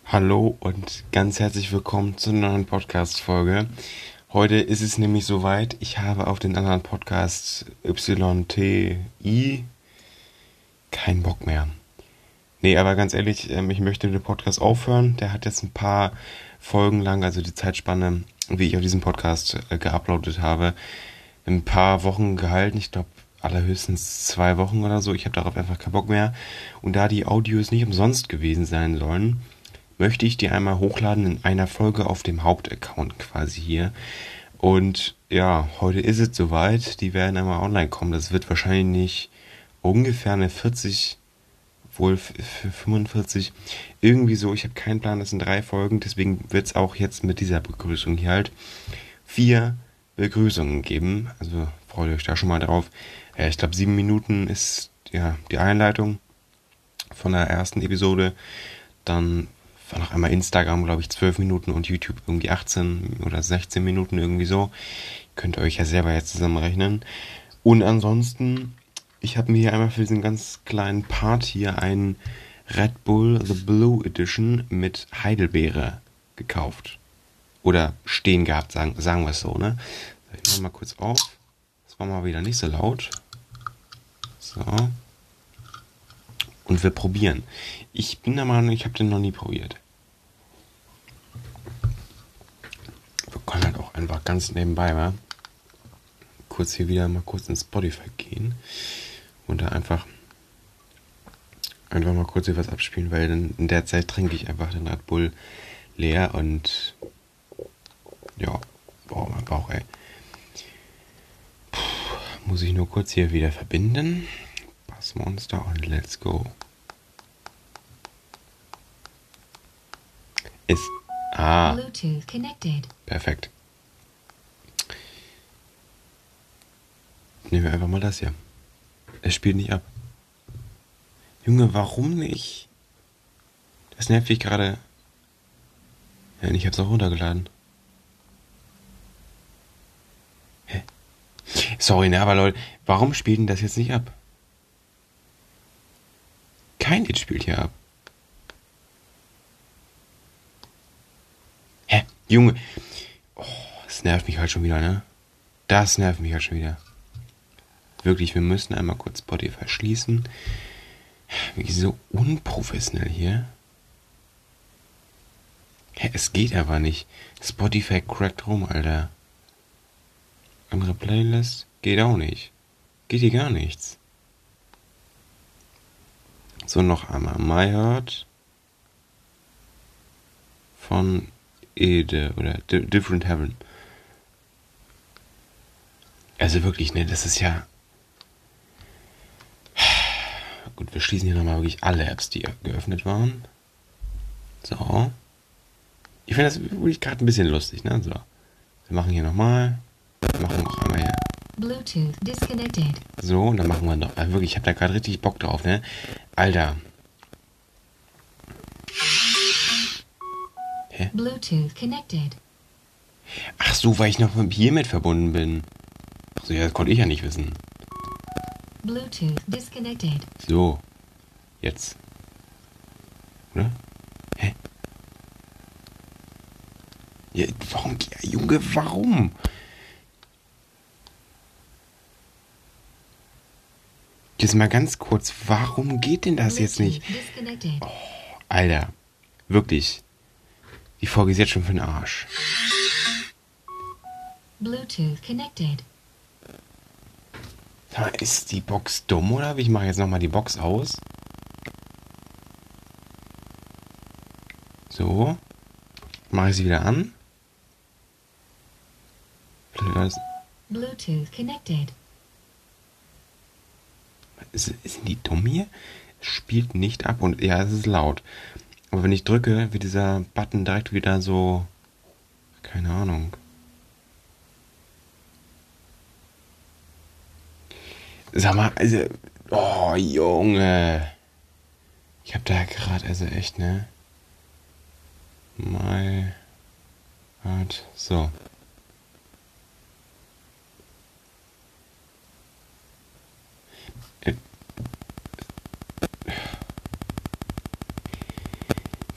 Hallo und ganz herzlich willkommen zur neuen Podcast-Folge. Heute ist es nämlich soweit, ich habe auf den anderen Podcast YTI keinen Bock mehr. Nee, aber ganz ehrlich, ich möchte den Podcast aufhören. Der hat jetzt ein paar Folgen lang, also die Zeitspanne, wie ich auf diesem Podcast geuploadet habe, ein paar Wochen gehalten. Ich glaube, allerhöchstens 2 Wochen oder so. Ich habe darauf einfach keinen Bock mehr. Und da die Audios nicht umsonst gewesen sein sollen, möchte ich die einmal hochladen in einer Folge auf dem Hauptaccount quasi hier. Und ja, heute ist es soweit. Die werden einmal online kommen. Das wird wahrscheinlich ungefähr eine 40, wohl für 45. Irgendwie so. Ich habe keinen Plan. Das sind 3 Folgen. Deswegen wird es auch jetzt mit dieser Begrüßung hier halt 4 Begrüßungen geben. Also freut euch da schon mal drauf. Ja, ich glaube 7 Minuten ist ja die Einleitung von der ersten Episode. Dann war noch einmal Instagram, glaube ich, 12 Minuten und YouTube irgendwie 18 oder 16 Minuten irgendwie so. Könnt ihr euch ja selber jetzt zusammenrechnen. Und ansonsten, ich habe mir hier einmal für diesen ganz kleinen Part hier einen Red Bull The Blue Edition mit Heidelbeere gekauft. Oder stehen gehabt, sagen wir es so, ne? Ich mach mal kurz auf. Das war mal wieder nicht so laut. So. Und wir probieren. Ich bin der Meinung, ich habe den noch nie probiert. Wir können halt auch einfach ganz nebenbei mal kurz hier wieder mal kurz ins Spotify gehen und da einfach mal kurz hier was abspielen, weil dann in der Zeit trinke ich einfach den Red Bull leer und ja, boah, mein Bauch, ey. Puh, muss ich nur kurz hier wieder verbinden. Bassmonster und let's go. Ist Bluetooth connected. Perfekt. Nehmen wir einfach mal das hier. Es spielt nicht ab. Junge, warum nicht? Das nervt mich gerade. Ja, und ich hab's auch runtergeladen. Hä? Sorry, ne, aber Leute, warum spielt denn das jetzt nicht ab? Kein Lied spielt hier ab. Hä? Junge. Oh, das nervt mich halt schon wieder, ne? Das nervt mich halt schon wieder. Wirklich, wir müssen einmal kurz Spotify schließen. Wie so unprofessionell hier. Hä, es geht aber nicht. Spotify crackt rum, Alter. Andere Playlist? Geht auch nicht. Geht hier gar nichts. So, noch einmal. My Heart von Ede oder Different Heaven. Also wirklich, ne, das ist ja... Gut, wir schließen hier nochmal wirklich alle Apps, die geöffnet waren. So. Ich finde das wirklich gerade ein bisschen lustig, ne? So. Wir machen hier nochmal. Wir machen noch einmal hier. Bluetooth disconnected. So, und dann machen wir noch. Also wirklich, ich habe da gerade richtig Bock drauf, ne? Alter. Hä? Bluetooth connected. Ach so, weil ich noch hiermit verbunden bin. Ach so, ja, das konnte ich ja nicht wissen. Bluetooth disconnected. So. Jetzt. Oder? Hä? Ja, warum? Ja, Junge, warum? Jetzt mal ganz kurz, warum geht denn das jetzt nicht? Disconnected. Alter, wirklich. Die Folge ist jetzt schon für den Arsch. Bluetooth connected. Sag mal, ist die Box dumm oder wie? Ich mache jetzt nochmal die Box aus. So. Mache ich sie wieder an. Bluetooth connected. Sind die dumm hier? Es spielt nicht ab und ja, es ist laut. Aber wenn ich drücke, wird dieser Button direkt wieder so... Keine Ahnung. Sag mal, also... Oh, Junge. Ich hab da gerade, also echt, ne? My Heart. So.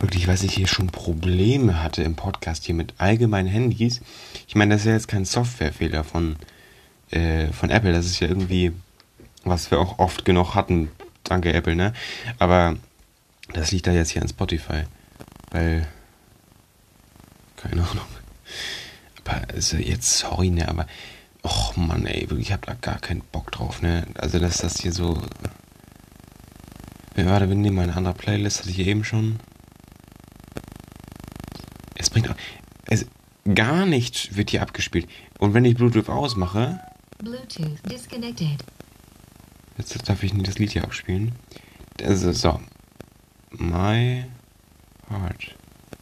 wirklich, was ich hier schon Probleme hatte im Podcast hier mit allgemeinen Handys. Ich meine, das ist ja jetzt kein Softwarefehler von Apple. Das ist ja irgendwie, was wir auch oft genug hatten. Danke, Apple, ne? Aber das liegt da jetzt hier an Spotify. Weil, keine Ahnung. Aber also jetzt, sorry, ne, aber och Mann, ey, ich hab da gar keinen Bock drauf, ne? Also, dass das hier so. Warte, wir nehmen mal eine andere Playlist, hatte ich eben schon. Es bringt auch. Gar nichts wird hier abgespielt. Und wenn ich Bluetooth ausmache. Bluetooth disconnected. Jetzt darf ich nicht das Lied hier abspielen. Also, so. My Heart.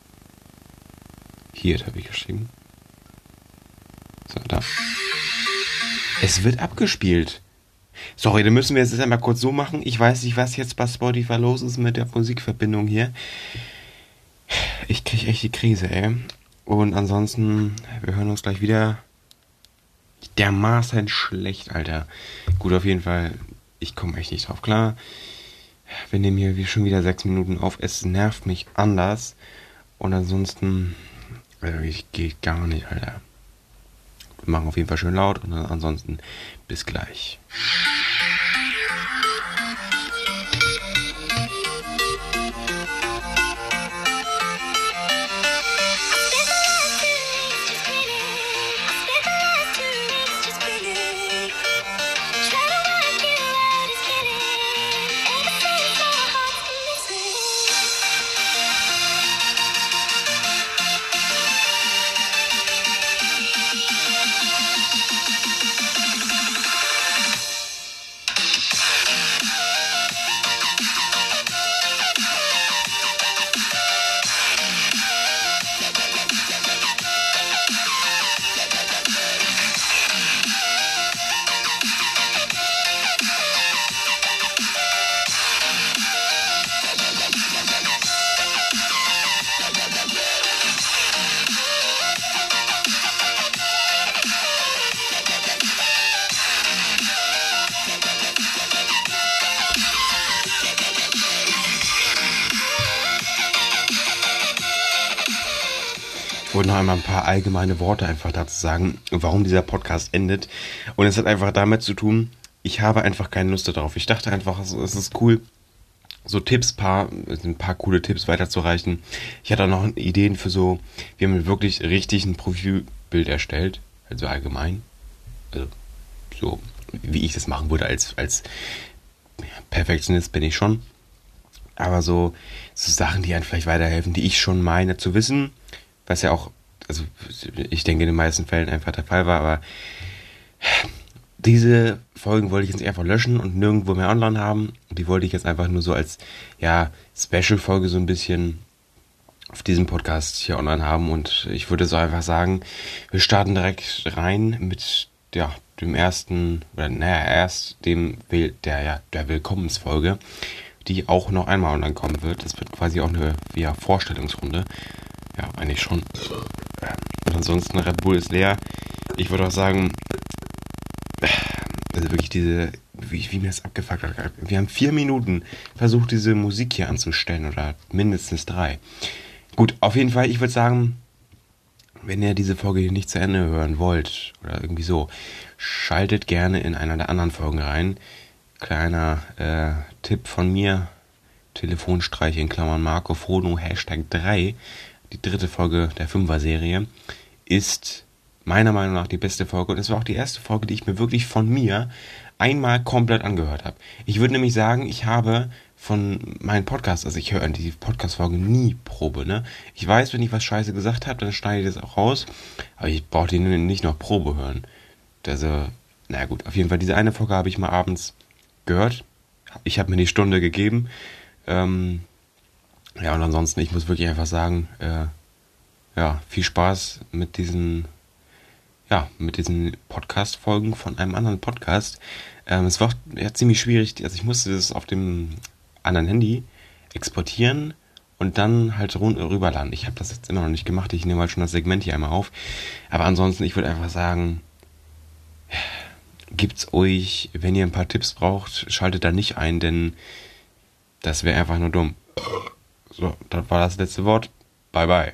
Hier habe ich geschrieben. So, da. Es wird abgespielt. Sorry, dann müssen wir es jetzt einmal kurz so machen. Ich weiß nicht, was jetzt bei Spotify los ist mit der Musikverbindung hier. Ich kriege echt die Krise, ey. Und ansonsten, wir hören uns gleich wieder. Dermaßen schlecht, Alter. Gut, auf jeden Fall, ich komme echt nicht drauf klar. Wir nehmen hier schon wieder 6 Minuten auf. Es nervt mich anders. Und ansonsten, geht gar nicht, Alter. Wir machen auf jeden Fall schön laut und ansonsten bis gleich. Ich wollte noch einmal ein paar allgemeine Worte einfach dazu sagen, warum dieser Podcast endet. Und es hat einfach damit zu tun, ich habe einfach keine Lust darauf. Ich dachte einfach, es ist cool, so ein paar coole Tipps weiterzureichen. Ich hatte auch noch Ideen für so, wir haben wirklich richtig ein Profilbild erstellt, also allgemein. Also so, wie ich das machen würde als Perfektionist bin ich schon. Aber so Sachen, die einem vielleicht weiterhelfen, die ich schon meine zu wissen, was ja auch, also ich denke in den meisten Fällen einfach der Fall war, aber diese Folgen wollte ich jetzt einfach löschen und nirgendwo mehr online haben. Die wollte ich jetzt einfach nur so als, ja, Special-Folge so ein bisschen auf diesem Podcast hier online haben. Und ich würde so einfach sagen, wir starten direkt rein mit, ja, dem ersten, oder der Willkommensfolge, die auch noch einmal online kommen wird. Das wird quasi auch eine Vorstellungsrunde. Ja, eigentlich schon. Und ansonsten, Red Bull ist leer. Ich würde auch sagen, also wirklich wie mir das abgefuckt hat. Wir haben 4 Minuten versucht, diese Musik hier anzustellen oder mindestens 3. Gut, auf jeden Fall, ich würde sagen, wenn ihr diese Folge hier nicht zu Ende hören wollt oder irgendwie so, schaltet gerne in einer der anderen Folgen rein. Kleiner Tipp von mir, Telefonstreich in Klammern Marco Frodo #3. Die 3. Folge der 5er-Serie ist meiner Meinung nach die beste Folge. Und es war auch die erste Folge, die ich mir wirklich von mir einmal komplett angehört habe. Ich würde nämlich sagen, ich habe von meinen Podcasts, also ich höre die Podcast-Folge nie Probe, ne? Ich weiß, wenn ich was scheiße gesagt habe, dann schneide ich das auch raus. Aber ich brauche die nicht noch Probe hören. Also, naja gut, auf jeden Fall, diese eine Folge habe ich mal abends gehört. Ich habe mir die Stunde gegeben. Ja, und ansonsten, ich muss wirklich einfach sagen, viel Spaß mit diesen Podcast-Folgen von einem anderen Podcast. Es war ja ziemlich schwierig, also ich musste das auf dem anderen Handy exportieren und dann halt rüberladen. Ich habe das jetzt immer noch nicht gemacht, ich nehme halt schon das Segment hier einmal auf. Aber ansonsten, ich würde einfach sagen, gibt's euch, wenn ihr ein paar Tipps braucht, schaltet da nicht ein, denn das wäre einfach nur dumm. So, das war das letzte Wort. Bye bye.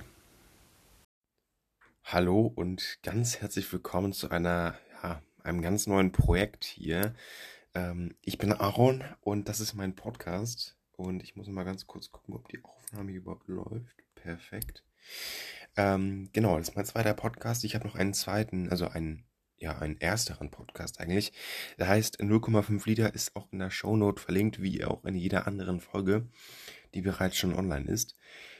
Hallo und ganz herzlich willkommen zu einem ganz neuen Projekt hier. Ich bin Aaron und das ist mein Podcast. Und ich muss mal ganz kurz gucken, ob die Aufnahme hier überhaupt läuft. Perfekt. Genau, das ist mein zweiter Podcast. Ich habe noch einen zweiten, also einen ersteren Podcast eigentlich. Der heißt 0,5 Liter, ist auch in der Shownote verlinkt, wie auch in jeder anderen Folge, die bereits schon online ist.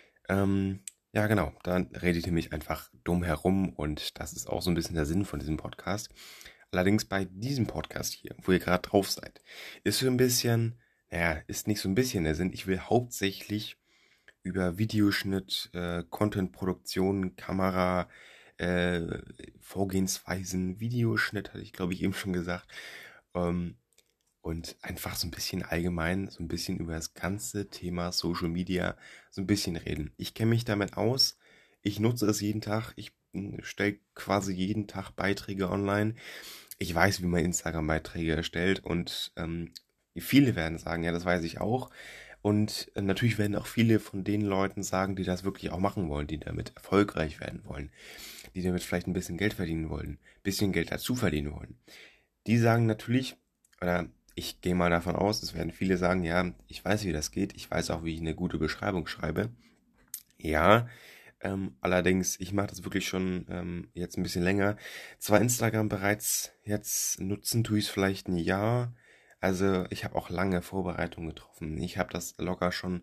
Ja, genau, dann rede ich nämlich einfach dumm herum und das ist auch so ein bisschen der Sinn von diesem Podcast. Allerdings bei diesem Podcast hier, wo ihr gerade drauf seid, ist so ein bisschen, ist nicht so ein bisschen der Sinn. Ich will hauptsächlich über Videoschnitt, Contentproduktion, Kamera, äh, Vorgehensweisen, Videoschnitt, hatte ich glaube ich eben schon gesagt. Ähm, und einfach so ein bisschen allgemein, so ein bisschen über das ganze Thema Social Media so ein bisschen reden. Ich kenne mich damit aus. Ich nutze es jeden Tag. Ich stelle quasi jeden Tag Beiträge online. Ich weiß, wie man Instagram-Beiträge erstellt und viele werden sagen, ja, das weiß ich auch. Und natürlich werden auch viele von den Leuten sagen, die das wirklich auch machen wollen, die damit erfolgreich werden wollen, die damit vielleicht ein bisschen Geld verdienen wollen, ein bisschen Geld dazu verdienen wollen. Die sagen natürlich, oder ich gehe mal davon aus, es werden viele sagen, ja, ich weiß, wie das geht, ich weiß auch, wie ich eine gute Beschreibung schreibe. Ja, allerdings, ich mache das wirklich schon jetzt ein bisschen länger. Zwar Instagram bereits, jetzt nutzen tue ich es vielleicht ein Jahr. Also ich habe auch lange Vorbereitungen getroffen. Ich habe das locker schon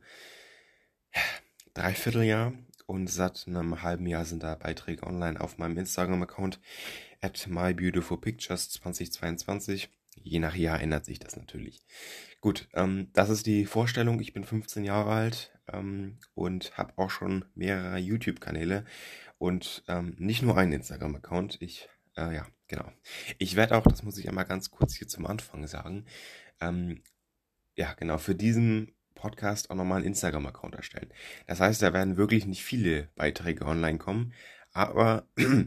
Dreivierteljahr und seit einem halben Jahr sind da Beiträge online auf meinem Instagram-Account at mybeautifulpictures2022. Je nach Jahr ändert sich das natürlich. Gut, das ist die Vorstellung. Ich bin 15 Jahre alt und habe auch schon mehrere YouTube-Kanäle und nicht nur einen Instagram-Account. Ja, genau. Ich werde auch, das muss ich einmal ganz kurz hier zum Anfang sagen, ähm, ja, genau, für diesen Podcast auch nochmal einen Instagram-Account erstellen. Das heißt, da werden wirklich nicht viele Beiträge online kommen, aber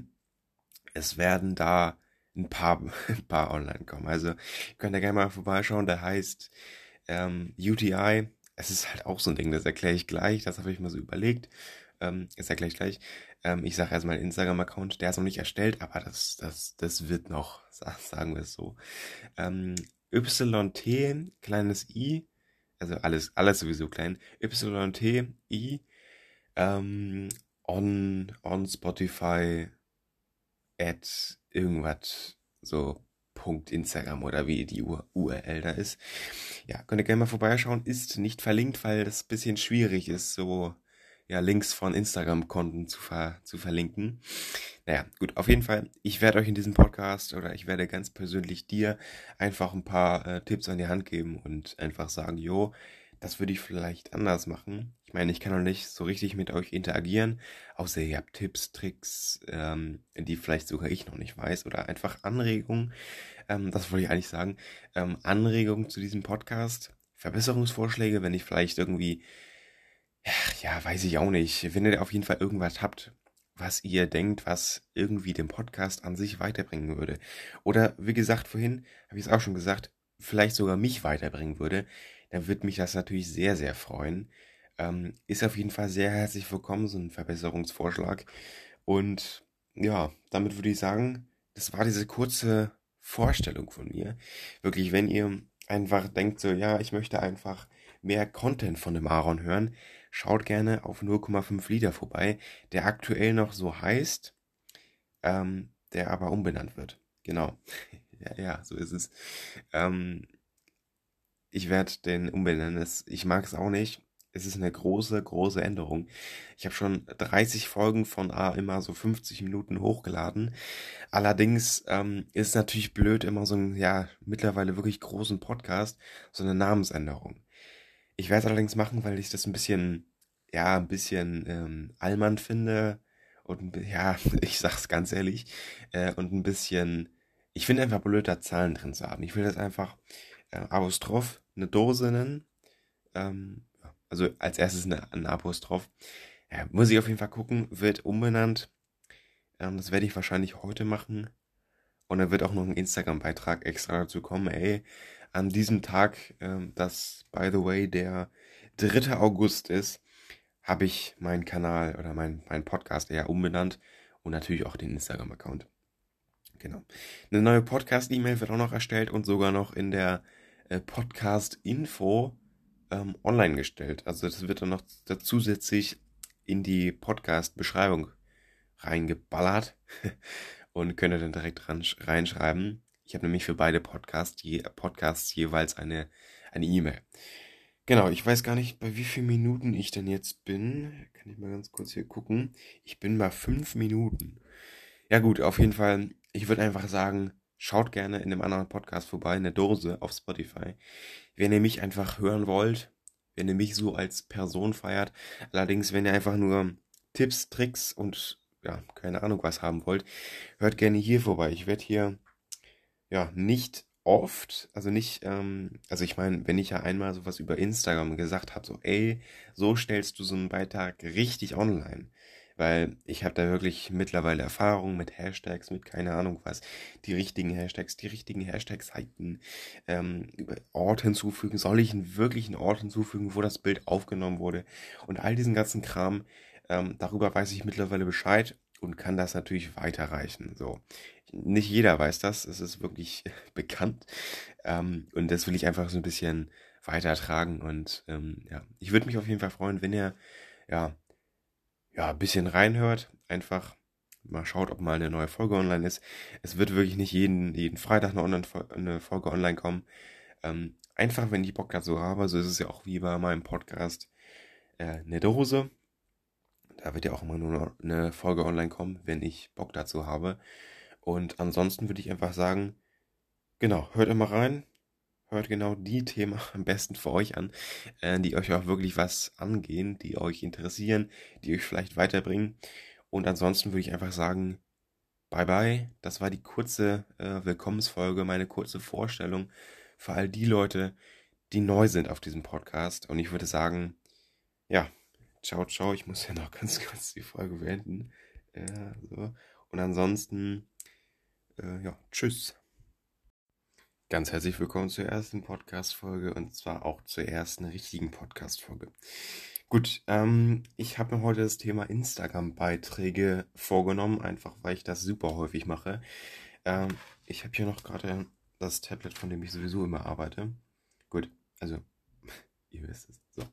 es werden da ein paar, ein paar online kommen. Also könnt ihr gerne mal vorbeischauen. Der heißt UTI. Es ist halt auch so ein Ding, das erkläre ich gleich. Das habe ich mir so überlegt. Das erkläre ich gleich. Ich sage erstmal den Instagram-Account. Der ist noch nicht erstellt, aber das wird noch, sagen wir es so. YT, kleines I, also alles sowieso klein. YTI, ähm, on Spotify, at irgendwas, so Punkt Instagram oder wie die URL da ist. Ja, könnt ihr gerne mal vorbeischauen. Ist nicht verlinkt, weil das ein bisschen schwierig ist, so ja, Links von Instagram-Konten zu verlinken. Naja, gut, auf jeden Fall, ich werde euch in diesem Podcast oder ich werde ganz persönlich dir einfach ein paar Tipps an die Hand geben und einfach sagen, jo, das würde ich vielleicht anders machen. Ich meine, ich kann noch nicht so richtig mit euch interagieren, außer ihr habt Tipps, Tricks, die vielleicht sogar ich noch nicht weiß oder einfach Anregungen. Das wollte ich eigentlich sagen. Anregungen zu diesem Podcast, Verbesserungsvorschläge, wenn ich vielleicht irgendwie, ja, weiß ich auch nicht, wenn ihr auf jeden Fall irgendwas habt, was ihr denkt, was irgendwie den Podcast an sich weiterbringen würde. Oder wie gesagt, vorhin habe ich es auch schon gesagt, vielleicht sogar mich weiterbringen würde, dann würde mich das natürlich sehr, sehr freuen. Ist auf jeden Fall sehr herzlich willkommen, so ein Verbesserungsvorschlag. Und ja, damit würde ich sagen, das war diese kurze Vorstellung von mir. Wirklich, wenn ihr einfach denkt, so, ja, ich möchte einfach mehr Content von dem Aaron hören, schaut gerne auf 0,5 Liter vorbei, der aktuell noch so heißt, der aber umbenannt wird. Genau. Ja, ja, so ist es. Ähm, Ich werde den umbenennen. Ich mag es auch nicht. Es ist eine große, große Änderung. Ich habe schon 30 Folgen von immer so 50 Minuten hochgeladen. Allerdings ist es natürlich blöd, immer so einen, ja, mittlerweile wirklich großen Podcast, so eine Namensänderung. Ich werde es allerdings machen, weil ich das ein bisschen, ja, ein bisschen albern finde und ja, ich sag's ganz ehrlich, und ein bisschen, ich finde einfach blöd, da Zahlen drin zu haben. Ich will das einfach Apostroph, eine Dose nennen. Ja, also als erstes ein Apostroph. Ja, muss ich auf jeden Fall gucken, wird umbenannt. Das werde ich wahrscheinlich heute machen. Und dann wird auch noch ein Instagram-Beitrag extra dazu kommen. Ey, an diesem Tag, das, by the way, der 3. August ist, habe ich meinen Kanal oder meinen Podcast eher umbenannt und natürlich auch den Instagram-Account. Genau. Eine neue Podcast-E-Mail wird auch noch erstellt und sogar noch in der Podcast-Info online gestellt. Also das wird dann noch zusätzlich in die Podcast-Beschreibung reingeballert und könnt ihr dann direkt reinschreiben. Ich habe nämlich für beide Podcasts jeweils eine E-Mail. Genau, ich weiß gar nicht, bei wie vielen Minuten ich denn jetzt bin. Kann ich mal ganz kurz hier gucken. Ich bin bei 5 Minuten. Ja gut, auf jeden Fall, ich würde einfach sagen, schaut gerne in dem anderen Podcast vorbei, in der Dose auf Spotify. Wenn ihr mich einfach hören wollt, wenn ihr mich so als Person feiert, allerdings, wenn ihr einfach nur Tipps, Tricks und ja, keine Ahnung was haben wollt, hört gerne hier vorbei. Ich werde hier ja nicht oft, also nicht, also ich meine, wenn ich ja einmal sowas über Instagram gesagt habe, so ey, so stellst du so einen Beitrag richtig online. Weil ich habe da wirklich mittlerweile Erfahrung mit Hashtags, mit keine Ahnung was, die richtigen Hashtag-Seiten, Ort hinzufügen, soll ich einen wirklichen Ort hinzufügen, wo das Bild aufgenommen wurde und all diesen ganzen Kram, darüber weiß ich mittlerweile Bescheid und kann das natürlich weiterreichen. So, nicht jeder weiß das, es ist wirklich bekannt, und das will ich einfach so ein bisschen weitertragen und ja, ich würde mich auf jeden Fall freuen, wenn ihr ja ein bisschen reinhört, einfach mal schaut, ob mal eine neue Folge online ist. Es wird wirklich nicht jeden Freitag eine Folge online kommen. Einfach, wenn ich Bock dazu habe, so ist es ja auch wie bei meinem Podcast eine Dose. Da wird ja auch immer nur noch eine Folge online kommen, wenn ich Bock dazu habe. Und ansonsten würde ich einfach sagen, genau, hört immer rein. Hört genau die Themen am besten für euch an, die euch auch wirklich was angehen, die euch interessieren, die euch vielleicht weiterbringen. Und ansonsten würde ich einfach sagen, bye bye. Das war die kurze Willkommensfolge, meine kurze Vorstellung für all die Leute, die neu sind auf diesem Podcast. Und ich würde sagen, ja, ciao, ciao. Ich muss ja noch ganz kurz die Folge beenden. So. Und ansonsten, ja, tschüss. Ganz herzlich willkommen zur ersten Podcast-Folge und zwar auch zur ersten richtigen Podcast-Folge. Gut, ich habe mir heute das Thema Instagram-Beiträge vorgenommen, einfach weil ich das super häufig mache. Ich habe hier noch gerade das Tablet, von dem ich sowieso immer arbeite. Gut, also, ihr wisst es. So.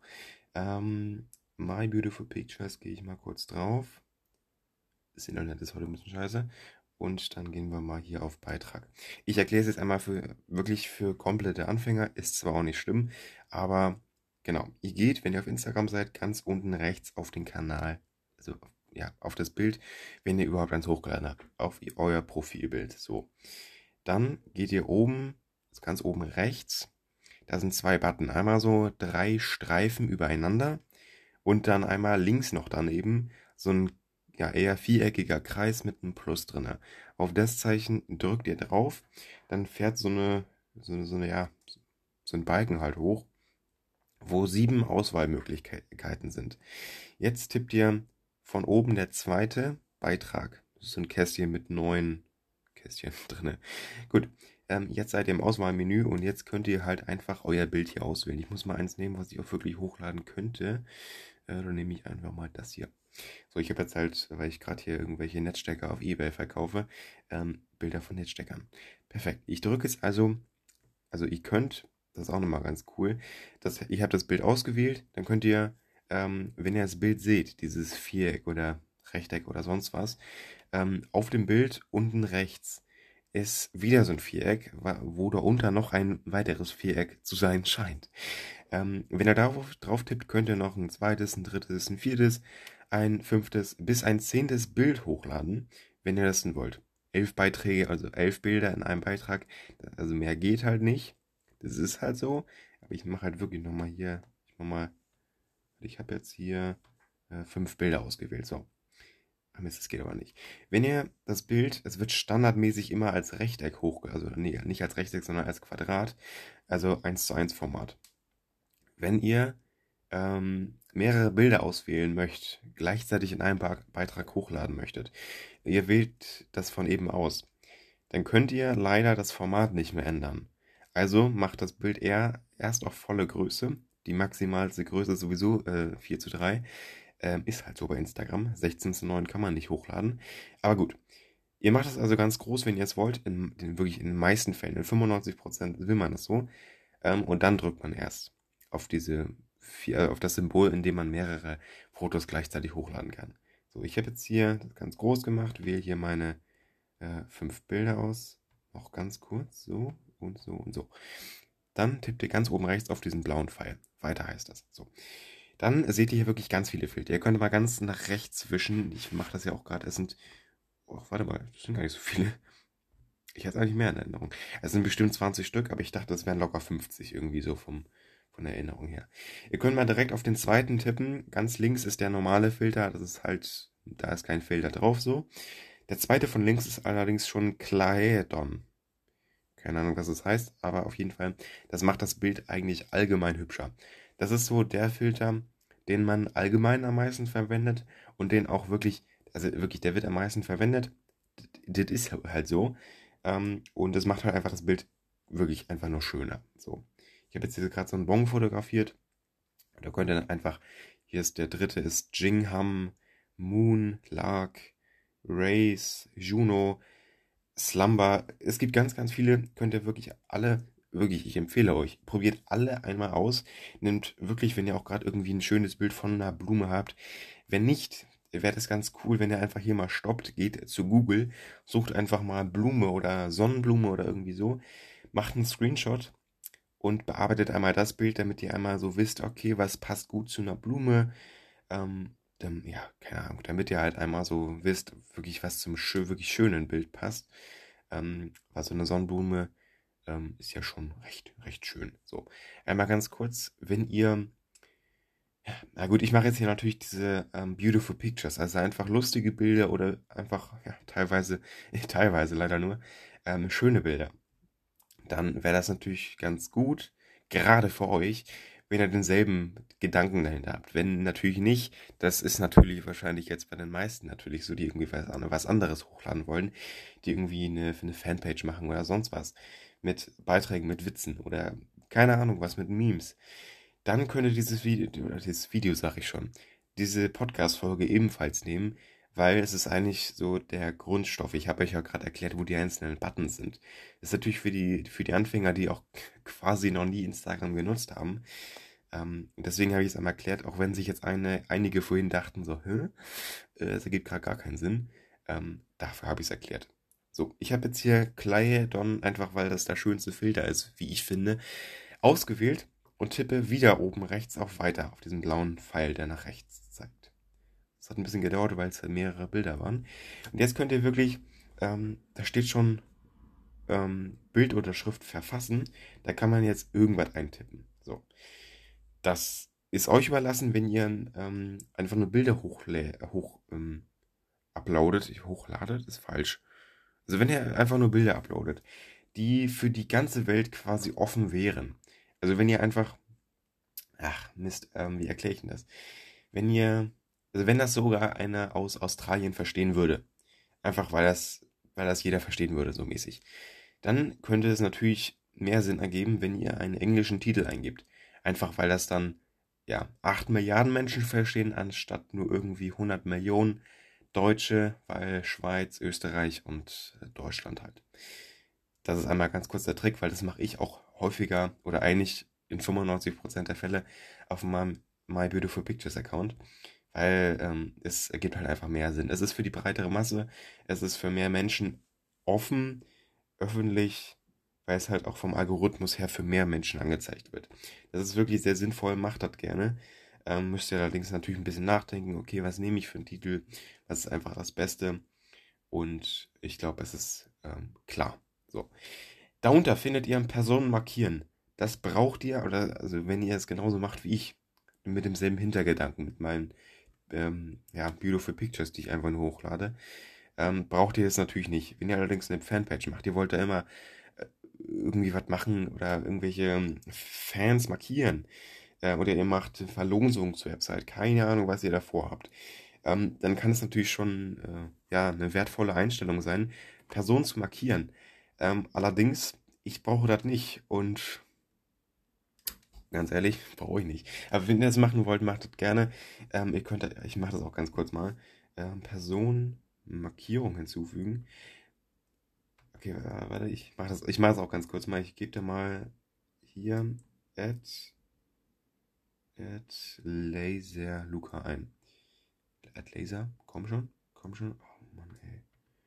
My Beautiful Pictures gehe ich mal kurz drauf. Das Internet ist heute ein bisschen scheiße. Und dann gehen wir mal hier auf Beitrag. Ich erkläre es jetzt einmal wirklich für komplette Anfänger. Ist zwar auch nicht schlimm, aber genau. Ihr geht, wenn ihr auf Instagram seid, ganz unten rechts auf den Kanal. Also ja, auf das Bild, wenn ihr überhaupt eins hochgeladen habt. Auf euer Profilbild. So. Dann geht ihr oben, also ganz oben rechts. Da sind 2 Button. Einmal so 3 Streifen übereinander. Und dann einmal links noch daneben so ein ja, eher viereckiger Kreis mit einem Plus drin. Auf das Zeichen drückt ihr drauf, dann fährt ja, so ein Balken halt hoch, wo 7 Auswahlmöglichkeiten sind. Jetzt tippt ihr von oben der zweite Beitrag. Das ist so ein Kästchen mit 9 Kästchen drin. Gut, jetzt seid ihr im Auswahlmenü und jetzt könnt ihr halt einfach euer Bild hier auswählen. Ich muss mal eins nehmen, was ich auch wirklich hochladen könnte. Dann nehme ich einfach mal das hier. So, ich habe jetzt halt, weil ich gerade hier irgendwelche Netzstecker auf eBay verkaufe, Bilder von Netzsteckern. Perfekt. Ich drücke es also ihr könnt, das ist auch nochmal ganz cool, ich habe das Bild ausgewählt, dann könnt ihr, wenn ihr das Bild seht, dieses Viereck oder Rechteck oder sonst was, auf dem Bild unten rechts ist wieder so ein Viereck, wo darunter noch ein weiteres Viereck zu sein scheint. Wenn ihr drauf tippt, könnt ihr noch ein zweites, ein drittes, ein viertes, ein fünftes bis ein 10. Bild hochladen, wenn ihr das denn wollt. 11 Beiträge, also 11 Bilder in einem Beitrag, also mehr geht halt nicht. Das ist halt so, aber ich mache halt wirklich nochmal hier, ich habe jetzt hier 5 Bilder ausgewählt, so. Mist, das geht aber nicht. Wenn ihr das Bild, es wird standardmäßig immer als Rechteck also nee, nicht als Rechteck, sondern als Quadrat, also 1:1 Format. Wenn ihr mehrere Bilder auswählen möchtet, gleichzeitig in einem Beitrag hochladen möchtet, ihr wählt das von eben aus, dann könnt ihr leider das Format nicht mehr ändern. Also macht das Bild erst auf volle Größe. Die maximalste Größe ist sowieso 4:3. Ist halt so bei Instagram. 16:9 kann man nicht hochladen. Aber gut. Ihr macht das also ganz groß, wenn ihr es wollt. Wirklich in den meisten Fällen, in 95% will man das so. Und dann drückt man erst auf auf das Symbol, in dem man mehrere Fotos gleichzeitig hochladen kann. So, ich habe jetzt hier das ganz groß gemacht, wähle hier meine 5 Bilder aus. Noch ganz kurz, so und so und so. Dann tippt ihr ganz oben rechts auf diesen blauen Pfeil. Weiter heißt das. So. Dann seht ihr hier wirklich ganz viele Filter. Ihr könnt mal ganz nach rechts wischen. Ich mache das ja auch gerade. Warte mal, das sind gar nicht so viele. Ich hatte eigentlich mehr in Erinnerung. Es sind bestimmt 20 Stück, aber ich dachte, es wären locker 50 irgendwie so von der Erinnerung her. Ihr könnt mal direkt auf den zweiten tippen. Ganz links ist der normale Filter. Das ist halt, da ist kein Filter drauf so. Der zweite von links ist allerdings schon Claedon. Keine Ahnung, was das heißt, aber auf jeden Fall, das macht das Bild eigentlich allgemein hübscher. Das ist so der Filter, den man allgemein am meisten verwendet und den auch wirklich, also wirklich, der wird am meisten verwendet. Das ist halt so. Und das macht halt einfach das Bild wirklich einfach nur schöner. So. Ich habe jetzt hier gerade so einen Bon fotografiert. Da könnt ihr dann einfach, hier ist der dritte, ist Jingham, Moon, Lark, Race, Juno, Slumber. Es gibt ganz, ganz viele. Könnt ihr wirklich alle, wirklich, ich empfehle euch, probiert alle einmal aus. Nehmt wirklich, wenn ihr auch gerade irgendwie ein schönes Bild von einer Blume habt. Wenn nicht, wäre das ganz cool, wenn ihr einfach hier mal stoppt, geht zu Google, sucht einfach mal Blume oder Sonnenblume oder irgendwie so, macht einen Screenshot und bearbeitet einmal das Bild, damit ihr einmal so wisst, okay, was passt gut zu einer Blume. Ja, keine Ahnung, damit ihr halt einmal so wisst, wirklich was zum wirklich schönen Bild passt. Weil so eine Sonnenblume ist ja schon recht schön. So, einmal ganz kurz, wenn ihr, na gut, ich mache jetzt hier natürlich diese Beautiful Pictures, also einfach lustige Bilder oder einfach, ja, teilweise leider nur, schöne Bilder. Dann wäre das natürlich ganz gut, gerade für euch, wenn ihr denselben Gedanken dahinter habt. Wenn natürlich nicht, das ist natürlich wahrscheinlich jetzt bei den meisten natürlich so, die irgendwie was anderes hochladen wollen, die irgendwie eine Fanpage machen oder sonst was. Mit Beiträgen, mit Witzen oder keine Ahnung was, mit Memes. Dann könnt ihr dieses Video sag ich schon, diese Podcast-Folge ebenfalls nehmen, weil es ist eigentlich so der Grundstoff. Ich habe euch ja gerade erklärt, wo die einzelnen Buttons sind. Das ist natürlich für die Anfänger, die auch quasi noch nie Instagram genutzt haben. Deswegen habe ich es einmal erklärt, auch wenn sich jetzt einige vorhin dachten, so, hä? Das ergibt gerade gar keinen Sinn. Dafür habe ich es erklärt. So, ich habe jetzt hier Claydon, einfach weil das der schönste Filter ist, wie ich finde, ausgewählt und tippe wieder oben rechts auf Weiter, auf diesen blauen Pfeil, der nach rechts zeigt. Das hat ein bisschen gedauert, weil es mehrere Bilder waren. Und jetzt könnt ihr wirklich, da steht schon Bild oder Schrift verfassen. Da kann man jetzt irgendwas eintippen. So. Das ist euch überlassen, wenn ihr einfach nur Bilder uploadet. Hochladet ist falsch. Also wenn ihr einfach nur Bilder uploadet, die für die ganze Welt quasi offen wären. Also wenn ihr einfach, ach Mist, wie erkläre ich denn das? Wenn ihr, also wenn das sogar einer aus Australien verstehen würde, einfach weil das jeder verstehen würde, so mäßig, dann könnte es natürlich mehr Sinn ergeben, wenn ihr einen englischen Titel eingibt. Einfach weil das dann, ja, 8 Milliarden Menschen verstehen, anstatt nur irgendwie 100 Millionen Deutsche, weil Schweiz, Österreich und Deutschland halt. Das ist einmal ganz kurz der Trick, weil das mache ich auch häufiger oder eigentlich in 95% der Fälle auf meinem My Beautiful Pictures Account, weil es ergibt halt einfach mehr Sinn. Es ist für die breitere Masse, es ist für mehr Menschen offen, öffentlich, weil es halt auch vom Algorithmus her für mehr Menschen angezeigt wird. Das ist wirklich sehr sinnvoll, macht das gerne. Müsst ihr allerdings natürlich ein bisschen nachdenken, okay, was nehme ich für einen Titel, was ist einfach das Beste und ich glaube, es ist klar. So. Darunter findet ihr Personen markieren. Das braucht ihr, oder also wenn ihr es genauso macht wie ich, mit demselben Hintergedanken, mit meinen ja, Beautiful Pictures, die ich einfach nur hochlade, braucht ihr es natürlich nicht. Wenn ihr allerdings eine Fanpage macht, ihr wollt da immer irgendwie was machen oder irgendwelche Fans markieren, oder ihr macht Verlosungen zur Website, keine Ahnung, was ihr davor habt, dann kann es natürlich schon ja, eine wertvolle Einstellung sein, Personen zu markieren. Allerdings, ich brauche das nicht und Ganz ehrlich, brauche ich nicht. Aber wenn ihr das machen wollt, macht das gerne. Ich mache das auch ganz kurz mal. Personenmarkierung hinzufügen. Okay, warte, ich mache das auch ganz kurz mal. Ich gebe da mal hier at, at laserluca ein. At laser, komm schon. Oh Mann, ey.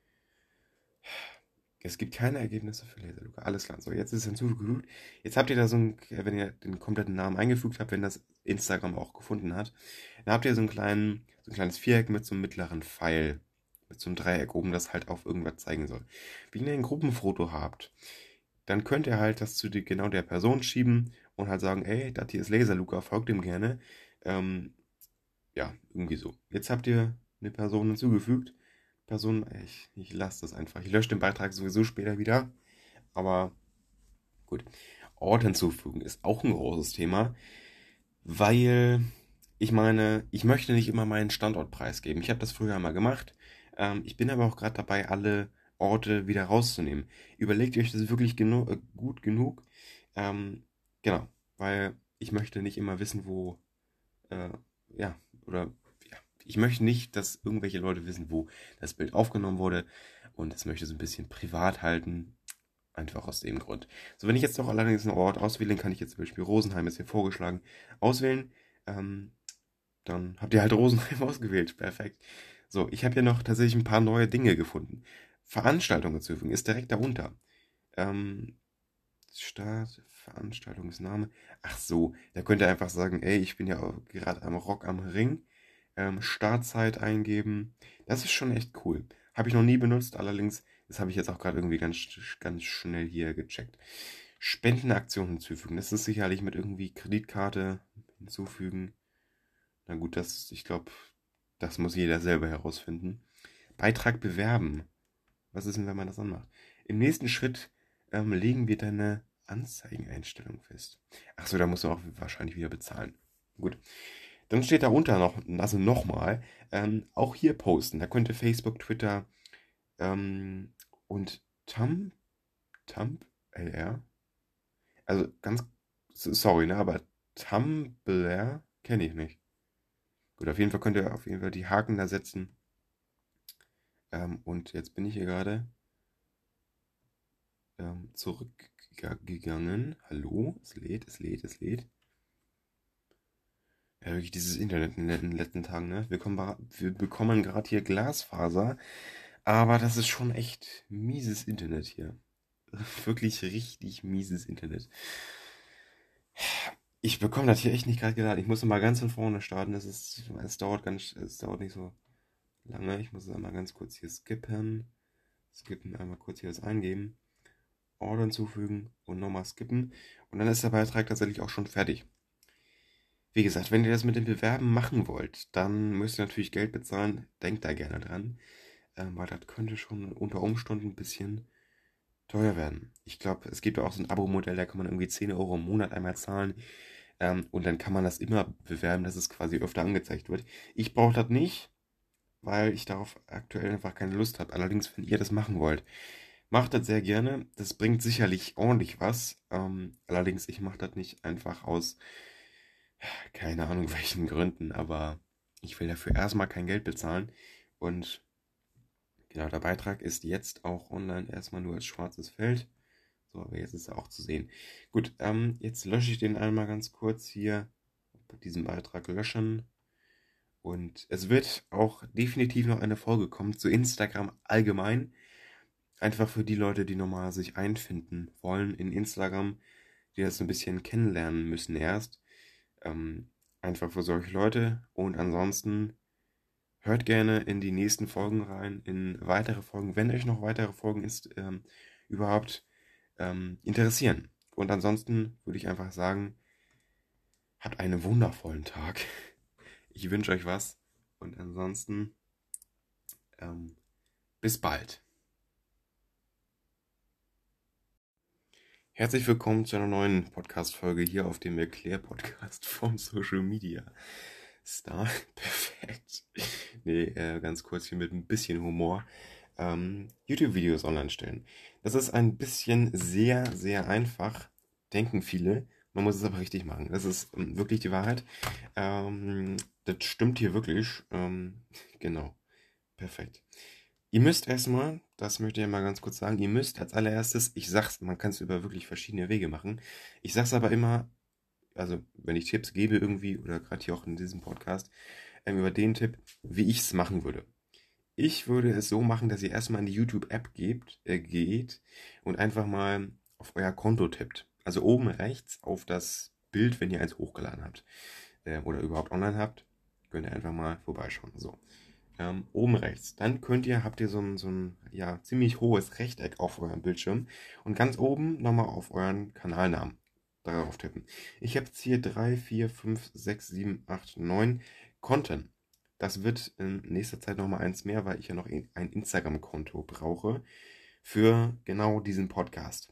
Es gibt keine Ergebnisse für Laserluca. Alles klar. So, jetzt ist es hinzugefügt. Jetzt habt ihr da wenn ihr den kompletten Namen eingefügt habt, wenn das Instagram auch gefunden hat, dann habt ihr so ein kleines Viereck mit so einem mittleren Pfeil, mit so einem Dreieck oben, das halt auf irgendwas zeigen soll. Wenn ihr ein Gruppenfoto habt, dann könnt ihr halt das zu genau der Person schieben und halt sagen, ey, das hier ist Laserluca, folgt ihm gerne. Ähm, ja, irgendwie so. Jetzt habt ihr eine Person hinzugefügt. Ich lasse das einfach. Ich lösche den Beitrag sowieso später wieder. Aber gut. Ort hinzufügen ist auch ein großes Thema, weil ich meine, ich möchte nicht immer meinen Standort preisgeben. Ich habe das früher mal gemacht. Ich bin aber auch gerade dabei, alle Orte wieder rauszunehmen. Überlegt euch das wirklich gut genug. Ähm, genau, weil ich möchte nicht immer wissen, wo äh, ja, oder ja, ich möchte nicht, dass irgendwelche Leute wissen, wo das Bild aufgenommen wurde und das möchte so ein bisschen privat halten, einfach aus dem Grund. So, wenn ich jetzt doch allerdings einen Ort auswählen, kann ich jetzt zum Beispiel Rosenheim, ist hier vorgeschlagen, auswählen, ähm, dann habt ihr halt Rosenheim ausgewählt, perfekt. So, ich habe hier noch tatsächlich ein paar neue Dinge gefunden. Veranstaltungen hinzufügen, ist direkt darunter. Ähm, Start, Veranstaltungsname. Ach so, da könnt ihr einfach sagen, ey, ich bin ja auch gerade am Rock am Ring. Startzeit eingeben. Das ist schon echt cool. Habe ich noch nie benutzt, allerdings, das habe ich jetzt auch gerade irgendwie ganz schnell hier gecheckt. Spendenaktion hinzufügen. Das ist sicherlich mit irgendwie Kreditkarte hinzufügen. Na gut, ich glaube, das muss jeder selber herausfinden. Beitrag bewerben. Was ist denn, wenn man das anmacht? Im nächsten Schritt legen wir deine Anzeigeneinstellung fest. Ach so, da musst du auch wahrscheinlich wieder bezahlen. Gut. Dann steht darunter noch, also nochmal, auch hier posten. Da könnte Facebook, Twitter und LR. Also ganz, sorry, ne, aber Tumblr kenne ich nicht. Gut, auf jeden Fall könnt ihr auf jeden Fall die Haken da setzen. Und jetzt bin ich hier gerade zurückgegangen. Hallo? Es lädt. Ja, wirklich dieses Internet in den letzten Tagen, ne? Wir bekommen gerade hier Glasfaser, aber das ist schon echt mieses Internet hier. Wirklich richtig mieses Internet. Ich bekomme das hier echt nicht gerade geladen. Ich muss mal ganz von vorne starten. Es dauert nicht so lange. Ich muss es einmal ganz kurz hier skippen. Skippen, einmal kurz hier das eingeben. Order hinzufügen und nochmal skippen. Und dann ist der Beitrag tatsächlich auch schon fertig. Wie gesagt, wenn ihr das mit dem Bewerben machen wollt, dann müsst ihr natürlich Geld bezahlen. Denkt da gerne dran, weil das könnte schon unter Umständen ein bisschen teuer werden. Ich glaube, es gibt ja auch so ein Abo-Modell, da kann man irgendwie 10 Euro im Monat einmal zahlen. Und dann kann man das immer bewerben, dass es quasi öfter angezeigt wird. Ich brauche das nicht, weil ich darauf aktuell einfach keine Lust habe. Allerdings, wenn ihr das machen wollt, macht das sehr gerne. Das bringt sicherlich ordentlich was. Allerdings, ich mache das nicht einfach aus keine Ahnung welchen Gründen, aber ich will dafür erstmal kein Geld bezahlen. Und genau, der Beitrag ist jetzt auch online erstmal nur als schwarzes Feld. So, aber jetzt ist er auch zu sehen. Gut, jetzt lösche ich den einmal ganz kurz hier. Diesen Beitrag löschen. Und es wird auch definitiv noch eine Folge kommen zu Instagram allgemein. Einfach für die Leute, die nochmal sich einfinden wollen in Instagram, die das so ein bisschen kennenlernen müssen erst. Einfach für solche Leute. Und ansonsten hört gerne in die nächsten Folgen rein, in weitere Folgen, wenn euch noch weitere Folgen überhaupt interessieren. Und ansonsten würde ich einfach sagen, habt einen wundervollen Tag. Ich wünsche euch was. Und ansonsten ähm, bis bald. Herzlich willkommen zu einer neuen Podcast-Folge hier auf dem Erklär-Podcast vom Social Media Star. Perfekt. Nee, ganz kurz hier mit ein bisschen Humor. YouTube-Videos online stellen. Das ist ein bisschen sehr einfach, denken viele. Man muss es aber richtig machen. Das ist wirklich die Wahrheit. Das stimmt hier wirklich. Genau. Perfekt. Ihr müsst erstmal, das möchte ich ja mal ganz kurz sagen, ihr müsst als allererstes, ich sag's, man kann es über wirklich verschiedene Wege machen. Ich sag's aber immer, also wenn ich Tipps gebe irgendwie, oder gerade hier auch in diesem Podcast, über den Tipp, wie ich es machen würde. Ich würde es so machen, dass ihr erstmal in die YouTube-App geht und einfach mal auf euer Konto tippt. Also oben rechts auf das Bild, wenn ihr eins hochgeladen habt oder überhaupt online habt, könnt ihr einfach mal vorbeischauen. So, oben rechts. Dann habt ihr so ein ja, ziemlich hohes Rechteck auf eurem Bildschirm und ganz oben nochmal auf euren Kanalnamen darauf tippen. Ich habe jetzt hier 3, 4, 5, 6, 7, 8, 9 Konten. Das wird in nächster Zeit nochmal eins mehr, weil ich ja noch ein Instagram-Konto brauche für genau diesen Podcast.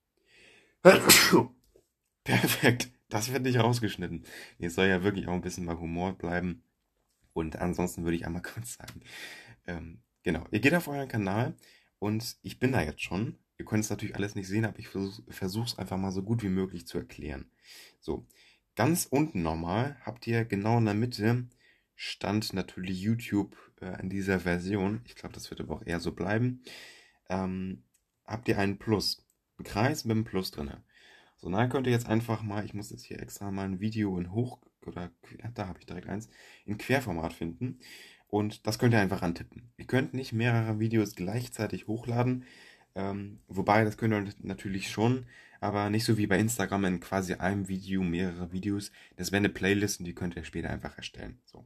Perfekt. Das wird nicht rausgeschnitten. Hier soll ja wirklich auch ein bisschen bei Humor bleiben. Und ansonsten würde ich einmal kurz sagen, genau, ihr geht auf euren Kanal und ich bin da jetzt schon. Ihr könnt es natürlich alles nicht sehen, aber ich versuche es einfach mal so gut wie möglich zu erklären. So, ganz unten nochmal habt ihr genau in der Mitte stand natürlich YouTube in dieser Version. Ich glaube, das wird aber auch eher so bleiben. Habt ihr einen Plus, einen Kreis mit einem Plus drin. So, dann könnt ihr jetzt einfach mal, ich muss jetzt hier extra mal ein Video in Hoch, oder da habe ich direkt eins, in Querformat finden. Und das könnt ihr einfach antippen. Ihr könnt nicht mehrere Videos gleichzeitig hochladen. Wobei, das könnt ihr natürlich schon, aber nicht so wie bei Instagram in quasi einem Video mehrere Videos. Das wäre eine Playlist und die könnt ihr später einfach erstellen. So.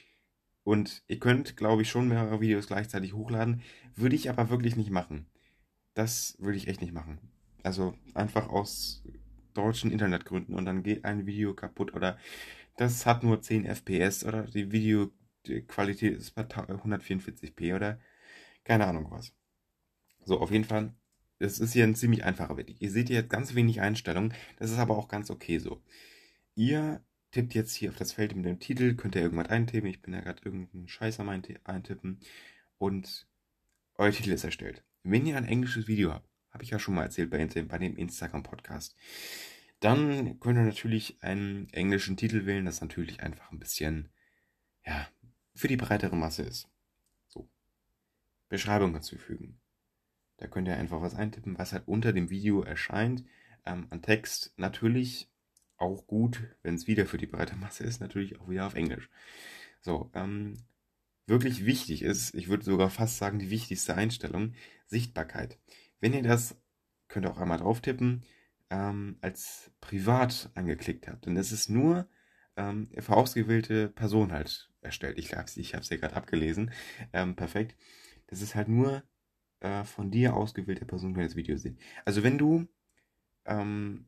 Und ihr könnt, glaube ich, schon mehrere Videos gleichzeitig hochladen. Würde ich aber wirklich nicht machen. Das würde ich echt nicht machen. Also einfach aus deutschen Internetgründen und dann geht ein Video kaputt oder das hat nur 10 FPS oder die Videoqualität ist bei 144p oder keine Ahnung was. So, auf jeden Fall, es ist hier ein ziemlich einfacher Weg. Ihr seht hier jetzt ganz wenig Einstellungen, das ist aber auch ganz okay so. Ihr tippt jetzt hier auf das Feld mit dem Titel, könnt ihr irgendwas eintippen, ich bin ja gerade irgendeinen Scheiß am Eintippen und euer Titel ist erstellt. Wenn ihr ein englisches Video habt, habe ich ja schon mal erzählt bei dem Instagram-Podcast, dann könnt ihr natürlich einen englischen Titel wählen, das natürlich einfach ein bisschen, ja, für die breitere Masse ist. So, Beschreibung hinzufügen. Da könnt ihr einfach was eintippen, was halt unter dem Video erscheint. An Text natürlich auch gut, wenn es wieder für die breite Masse ist, natürlich auch wieder auf Englisch. So, wirklich wichtig ist, ich würde sogar fast sagen, die wichtigste Einstellung, Sichtbarkeit. Wenn ihr das, könnt ihr auch einmal drauf tippen, als privat angeklickt habt, dann ist es nur für ausgewählte Personen halt erstellt. Ich habe es hier gerade abgelesen. Perfekt. Das ist halt nur von dir ausgewählte Personen können das Video sehen. Also wenn du ähm,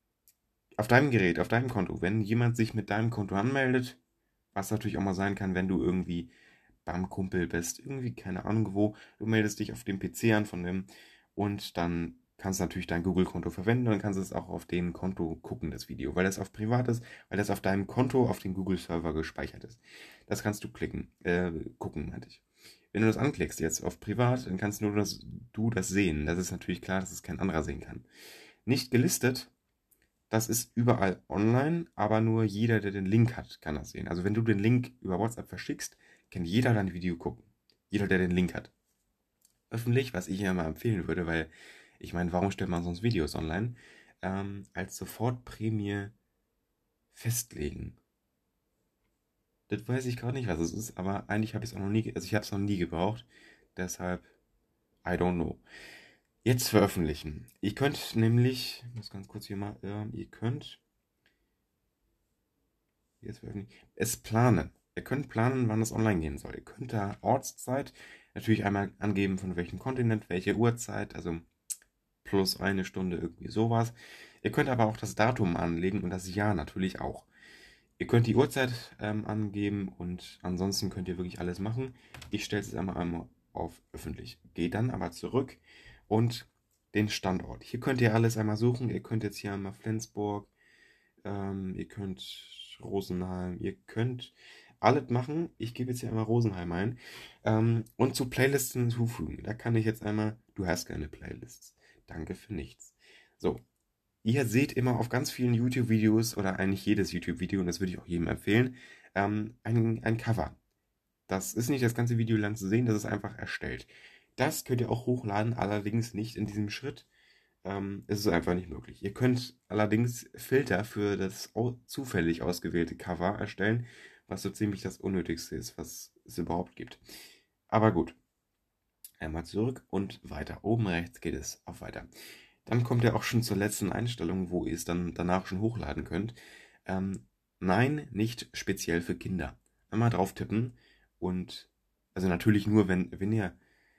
auf deinem Gerät, auf deinem Konto, wenn jemand sich mit deinem Konto anmeldet, was natürlich auch mal sein kann, wenn du irgendwie beim Kumpel bist, irgendwie keine Ahnung wo, du meldest dich auf dem PC an von dem und dann kannst du natürlich dein Google-Konto verwenden und kannst es auch auf dem Konto gucken, das Video, weil das auf privat ist, weil das auf deinem Konto auf dem Google-Server gespeichert ist. Das kannst du gucken, meinte ich. Wenn du das anklickst jetzt auf privat, dann kannst nur du das sehen. Das ist natürlich klar, dass es kein anderer sehen kann. Nicht gelistet, das ist überall online, aber nur jeder, der den Link hat, kann das sehen. Also wenn du den Link über WhatsApp verschickst, kann jeder dein Video gucken. Jeder, der den Link hat. Öffentlich, was ich ja mal empfehlen würde, weil ich meine, warum stellt man sonst Videos online? Als Sofortprämie festlegen. Das weiß ich gerade nicht, was es ist, aber eigentlich habe ich es auch noch nie, also ich habe es noch nie gebraucht. Deshalb, I don't know. Jetzt veröffentlichen. Ihr könnt nämlich, ich muss ganz kurz hier mal, ihr könnt jetzt veröffentlichen, es planen. Ihr könnt planen, wann es online gehen soll. Ihr könnt da Ortszeit natürlich einmal angeben, von welchem Kontinent, welche Uhrzeit, also plus eine Stunde, irgendwie sowas. Ihr könnt aber auch das Datum anlegen und das Jahr natürlich auch. Ihr könnt die Uhrzeit angeben und ansonsten könnt ihr wirklich alles machen. Ich stelle es einmal auf öffentlich. Geht dann aber zurück und den Standort. Hier könnt ihr alles einmal suchen. Ihr könnt jetzt hier einmal Flensburg, ihr könnt Rosenheim, ihr könnt alles machen. Ich gebe jetzt hier einmal Rosenheim ein. Und zu Playlisten hinzufügen. Da kann ich jetzt einmal, du hast keine Playlists. Danke für nichts. So, ihr seht immer auf ganz vielen YouTube-Videos oder eigentlich jedes YouTube-Video, und das würde ich auch jedem empfehlen, ein Cover. Das ist nicht das ganze Video lang zu sehen, das ist einfach erstellt. Das könnt ihr auch hochladen, allerdings nicht in diesem Schritt. Es ist einfach nicht möglich. Ihr könnt allerdings Filter für das zufällig ausgewählte Cover erstellen, was so ziemlich das Unnötigste ist, was es überhaupt gibt. Aber gut, einmal zurück und weiter. Oben rechts geht es auf weiter. Dann kommt ihr auch schon zur letzten Einstellung, wo ihr es dann danach schon hochladen könnt. Nein, nicht speziell für Kinder. Einmal drauf tippen und also natürlich nur, wenn ihr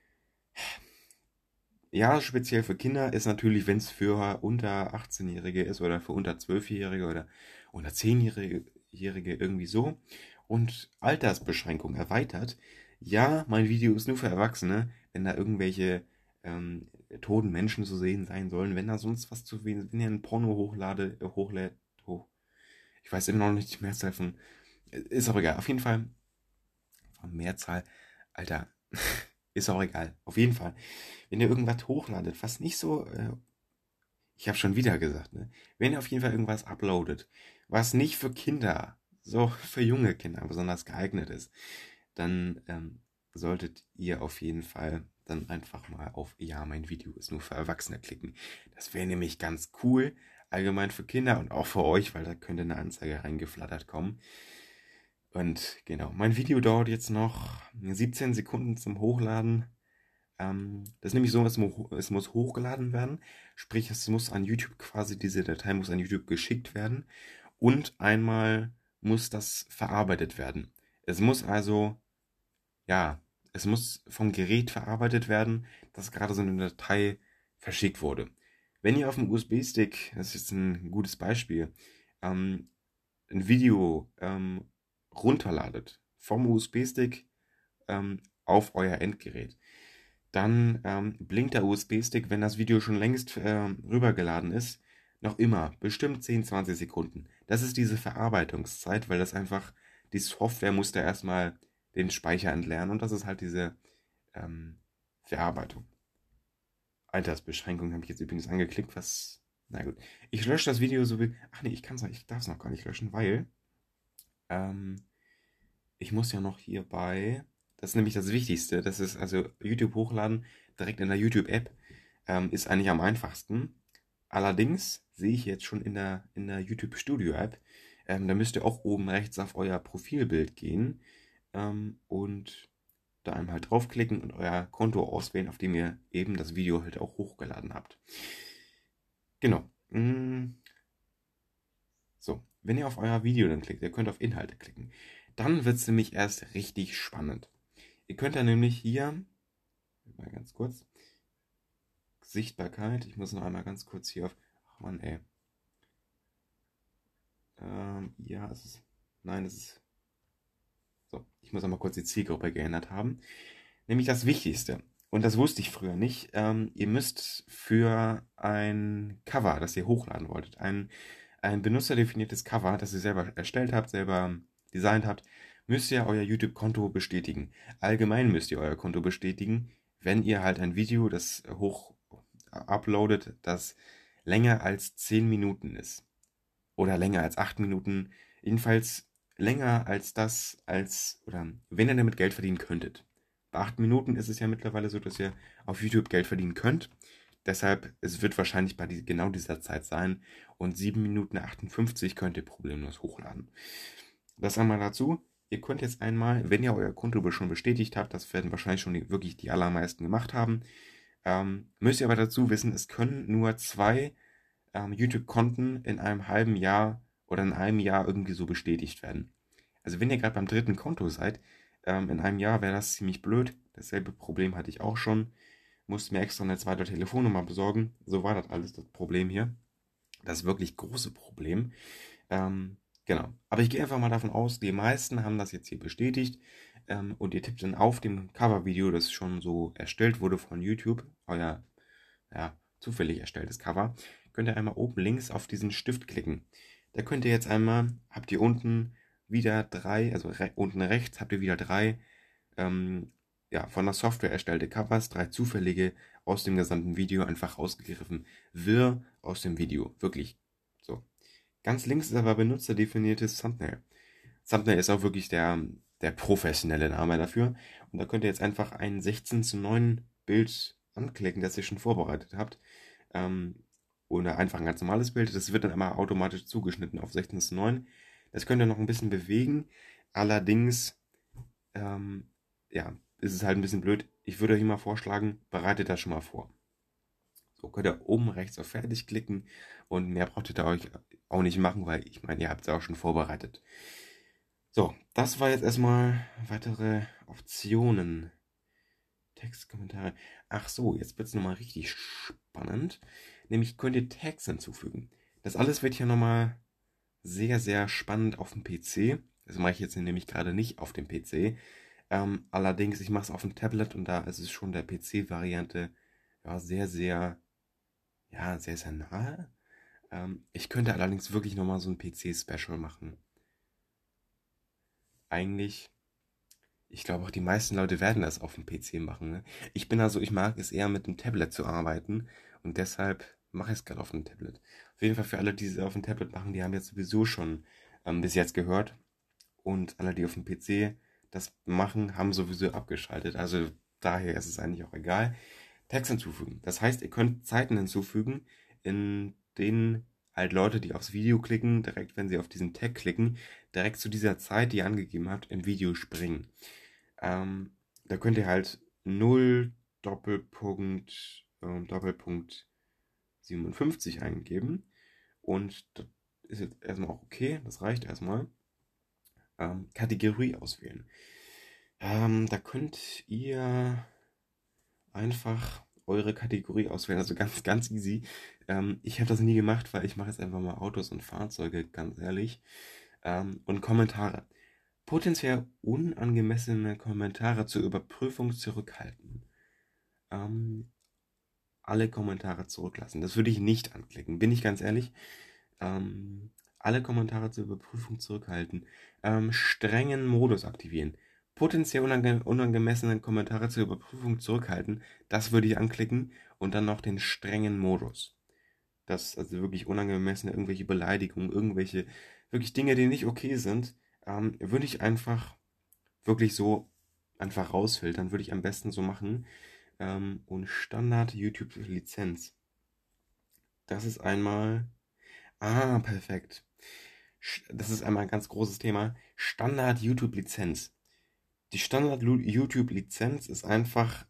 ja, speziell für Kinder ist natürlich, wenn es für unter 18-Jährige ist oder für unter 12-Jährige oder unter 10-Jährige irgendwie so. Und Altersbeschränkung erweitert. Ja, mein Video ist nur für Erwachsene, wenn da irgendwelche toten Menschen zu sehen sein sollen, wenn da sonst was zu sehen, wenn ihr ein Porno hochlädt, ich weiß immer noch nicht die Mehrzahl von, ist auch egal, auf jeden Fall, von Mehrzahl, Alter, ist auch egal, auf jeden Fall, wenn ihr irgendwas hochladet, was nicht so, ich habe schon wieder gesagt, ne, wenn ihr auf jeden Fall irgendwas uploadet, was nicht für Kinder, so für junge Kinder besonders geeignet ist, dann solltet ihr auf jeden Fall dann einfach mal auf Ja, mein Video ist nur für Erwachsene klicken. Das wäre nämlich ganz cool, allgemein für Kinder und auch für euch, weil da könnte eine Anzeige reingeflattert kommen. Und genau, mein Video dauert jetzt noch 17 Sekunden zum Hochladen. Das ist nämlich so, es muss hochgeladen werden. Sprich, es muss an YouTube quasi, diese Datei muss an YouTube geschickt werden. Und einmal muss das verarbeitet werden. Es muss also, ja, es muss vom Gerät verarbeitet werden, dass gerade so eine Datei verschickt wurde. Wenn ihr auf dem USB-Stick, das ist jetzt ein gutes Beispiel, ein Video runterladet vom USB-Stick auf euer Endgerät, dann blinkt der USB-Stick, wenn das Video schon längst rübergeladen ist, noch immer, bestimmt 10, 20 Sekunden. Das ist diese Verarbeitungszeit, weil das einfach, die Software muss da erstmal den Speicher entleeren und das ist halt diese Verarbeitung. Altersbeschränkung habe ich jetzt übrigens angeklickt, was, na gut. Ich lösche das Video so wie, ach nee, ich darf es noch gar nicht löschen, weil ähm, ich muss ja noch hierbei, das ist nämlich das Wichtigste, das ist also YouTube hochladen direkt in der YouTube-App, ist eigentlich am einfachsten. Allerdings sehe ich jetzt schon in der YouTube Studio App, da müsst ihr auch oben rechts auf euer Profilbild gehen und da einmal draufklicken und euer Konto auswählen, auf dem ihr eben das Video halt auch hochgeladen habt. Genau. So, wenn ihr auf euer Video dann klickt, ihr könnt auf Inhalte klicken, dann wird es nämlich erst richtig spannend. Ihr könnt dann nämlich hier, mal ganz kurz, Sichtbarkeit, ich muss noch einmal ganz kurz hier auf, ach man ey, ja, nein, es ist, so, ich muss einmal kurz die Zielgruppe geändert haben, nämlich das Wichtigste. Und das wusste ich früher nicht. Ihr müsst für ein Cover, das ihr hochladen wolltet, ein benutzerdefiniertes Cover, das ihr selber erstellt habt, selber designt habt, müsst ihr euer YouTube-Konto bestätigen. Allgemein müsst ihr euer Konto bestätigen, wenn ihr halt ein Video, das hoch uploadet, das länger als 10 Minuten ist. Oder länger als 8 Minuten. Jedenfalls länger als oder wenn ihr damit Geld verdienen könntet. Bei 8 Minuten ist es ja mittlerweile so, dass ihr auf YouTube Geld verdienen könnt. Deshalb, es wird wahrscheinlich bei genau dieser Zeit sein. Und 7 Minuten 58 könnt ihr problemlos hochladen. Das einmal dazu. Ihr könnt jetzt einmal, wenn ihr euer Konto schon bestätigt habt, das werden wahrscheinlich schon wirklich die allermeisten gemacht haben, müsst ihr aber dazu wissen, es können nur 2 YouTube-Konten in einem halben Jahr oder in einem Jahr irgendwie so bestätigt werden. Also wenn ihr gerade beim 3. Konto seid, in einem Jahr wäre das ziemlich blöd. Dasselbe Problem hatte ich auch schon. Musste mir extra eine zweite Telefonnummer besorgen. So war das alles das Problem hier. Das wirklich große Problem. Genau. Aber ich gehe einfach mal davon aus, die meisten haben das jetzt hier bestätigt. Und ihr tippt dann auf dem Cover-Video, das schon so erstellt wurde von YouTube, euer ja, zufällig erstelltes Cover, könnt ihr einmal oben links auf diesen Stift klicken. Da könnt ihr jetzt einmal, habt ihr unten wieder 3, also unten rechts habt ihr wieder 3 von der Software erstellte Covers, 3 zufällige aus dem gesamten Video einfach rausgegriffen. Wirr aus dem Video. Wirklich. So. Ganz links ist aber benutzerdefiniertes Thumbnail. Thumbnail ist auch wirklich der professionelle Name dafür. Und da könnt ihr jetzt einfach ein 16:9 Bild anklicken, das ihr schon vorbereitet habt. Oder einfach ein ganz normales Bild. Das wird dann immer automatisch zugeschnitten auf 16:9. Das könnt ihr noch ein bisschen bewegen. Allerdings, ist es halt ein bisschen blöd. Ich würde euch mal vorschlagen, bereitet das schon mal vor. So könnt ihr oben rechts auf Fertig klicken und mehr braucht ihr da euch auch nicht machen, weil ich meine, ihr habt es auch schon vorbereitet. So, das war jetzt erstmal weitere Optionen. Textkommentare. Ach so, jetzt wird's nochmal richtig spannend. Nämlich könnt ihr Tags hinzufügen. Das alles wird hier nochmal sehr, sehr spannend auf dem PC. Das mache ich jetzt nämlich gerade nicht auf dem PC. Allerdings, ich mache es auf dem Tablet und da ist es schon der PC-Variante sehr, sehr, sehr, sehr nahe. Ich könnte allerdings wirklich nochmal so ein PC-Special machen. Eigentlich, ich glaube auch die meisten Leute werden das auf dem PC machen. Ne? Ich mag es eher mit dem Tablet zu arbeiten und deshalb mache ich es gerade auf dem Tablet. Auf jeden Fall für alle, die es auf dem Tablet machen, die haben jetzt sowieso schon bis jetzt gehört. Und alle, die auf dem PC das machen, haben sowieso abgeschaltet. Also daher ist es eigentlich auch egal. Text hinzufügen. Das heißt, ihr könnt Zeiten hinzufügen, in denen halt Leute, die aufs Video klicken, direkt, wenn sie auf diesen Tag klicken, direkt zu dieser Zeit, die ihr angegeben habt, im Video springen. Da könnt ihr halt 0 Doppelpunkt 57 eingeben. Und das ist jetzt erstmal auch okay, das reicht erstmal. Kategorie auswählen. Da könnt ihr einfach eure Kategorie auswählen, also ganz, ganz easy. Ich habe das nie gemacht, weil ich mache jetzt einfach mal Autos und Fahrzeuge, ganz ehrlich. Und Kommentare. Potenziell unangemessene Kommentare zur Überprüfung zurückhalten. Alle Kommentare zurücklassen. Das würde ich nicht anklicken, bin ich ganz ehrlich. Alle Kommentare zur Überprüfung zurückhalten. Strengen Modus aktivieren. Potenziell unangemessene Kommentare zur Überprüfung zurückhalten. Das würde ich anklicken. Und dann noch den strengen Modus. Das, also wirklich unangemessene, irgendwelche Beleidigungen, irgendwelche, wirklich Dinge, die nicht okay sind, würde ich einfach wirklich so einfach rausfiltern. Würde ich am besten so machen. Und Standard YouTube Lizenz. Das ist einmal. Perfekt. Das ist einmal ein ganz großes Thema. Standard YouTube Lizenz. Die Standard YouTube Lizenz ist einfach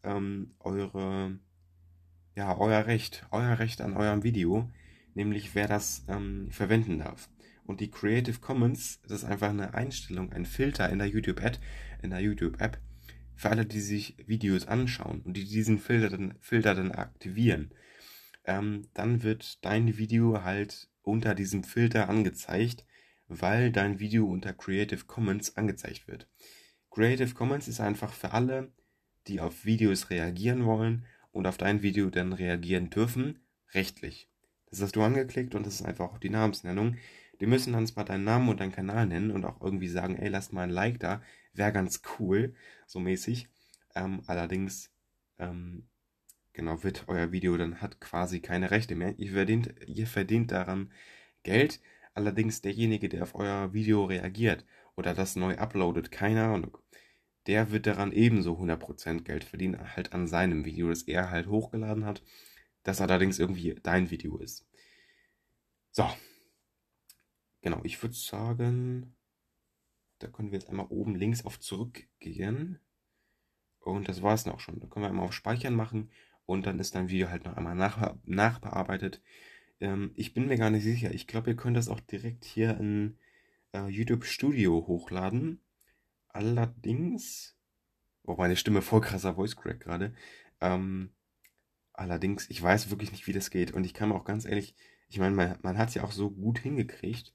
euer Recht an eurem Video, nämlich wer das verwenden darf. Und die Creative Commons, das ist einfach eine Einstellung, ein Filter in der YouTube-App, für alle, die sich Videos anschauen und die diesen Filter dann aktivieren. Dann wird dein Video halt unter diesem Filter angezeigt, weil dein Video unter Creative Commons angezeigt wird. Creative Commons ist einfach für alle, die auf Videos reagieren wollen und auf dein Video dann reagieren dürfen, rechtlich. Das hast du angeklickt und das ist einfach auch die Namensnennung. Die müssen dann zwar deinen Namen und deinen Kanal nennen und auch irgendwie sagen, ey, lasst mal ein Like da, wäre ganz cool, so mäßig. Allerdings, genau, wird euer Video dann hat quasi keine Rechte mehr. Ihr verdient daran Geld. Allerdings derjenige, der auf euer Video reagiert oder das neu uploadet, keine Ahnung, der wird daran ebenso 100% Geld verdienen, halt an seinem Video, das er halt hochgeladen hat, das allerdings irgendwie dein Video ist. So. Genau, ich würde sagen, da können wir jetzt einmal oben links auf zurückgehen. Und das war es auch schon. Da können wir einmal auf Speichern machen und dann ist dein Video halt noch einmal nachbearbeitet. Ich bin mir gar nicht sicher. Ich glaube, ihr könnt das auch direkt hier in YouTube Studio hochladen. Allerdings, meine Stimme voll krasser Voice Crack gerade. Allerdings, ich weiß wirklich nicht, wie das geht. Und ich kann mir auch ganz ehrlich, ich meine, man hat es ja auch so gut hingekriegt.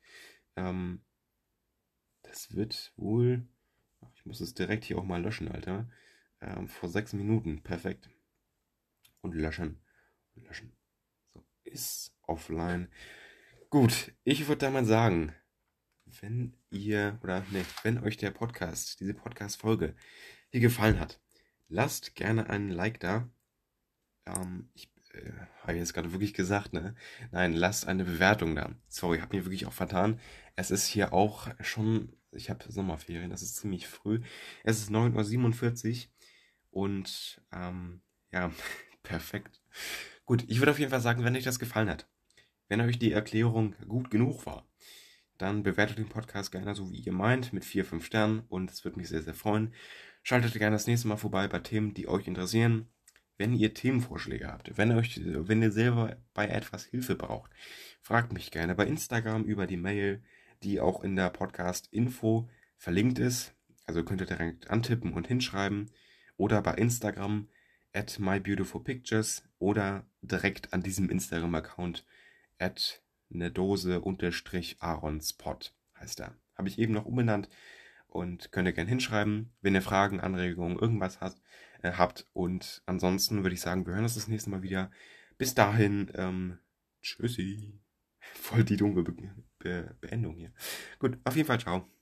Das wird wohl, ich muss es direkt hier auch mal löschen, Alter. Vor 6 Minuten, perfekt. Und löschen. So, ist offline. Gut, ich würde da mal sagen, wenn euch der Podcast, diese Podcast-Folge hier gefallen hat, Lasst gerne einen Like da. Ich habe jetzt gerade wirklich gesagt, ne? Nein, lasst eine Bewertung da. Sorry, habe mich wirklich auch vertan. Es ist hier auch schon, ich habe Sommerferien, das ist ziemlich früh. Es ist 9:47 Uhr und ja, perfekt. Gut, ich würde auf jeden Fall sagen, wenn euch das gefallen hat, wenn euch die Erklärung gut genug war, dann bewertet den Podcast gerne so, wie ihr meint, mit 4, 5 Sternen und es würde mich sehr, sehr freuen. Schaltet gerne das nächste Mal vorbei bei Themen, die euch interessieren. Wenn ihr Themenvorschläge habt, wenn ihr selber bei etwas Hilfe braucht, fragt mich gerne bei Instagram über die Mail, die auch in der Podcast-Info verlinkt ist. Also könnt ihr direkt antippen und hinschreiben. Oder bei Instagram at mybeautifulpictures oder direkt an diesem Instagram-Account at eine Dose unterstrich Aaronspot heißt er. Habe ich eben noch umbenannt und könnt ihr gerne hinschreiben, wenn ihr Fragen, Anregungen, irgendwas habt. Und ansonsten würde ich sagen, wir hören uns das nächste Mal wieder. Bis dahin, tschüssi. Voll die dumme Beendung hier. Gut, auf jeden Fall, ciao.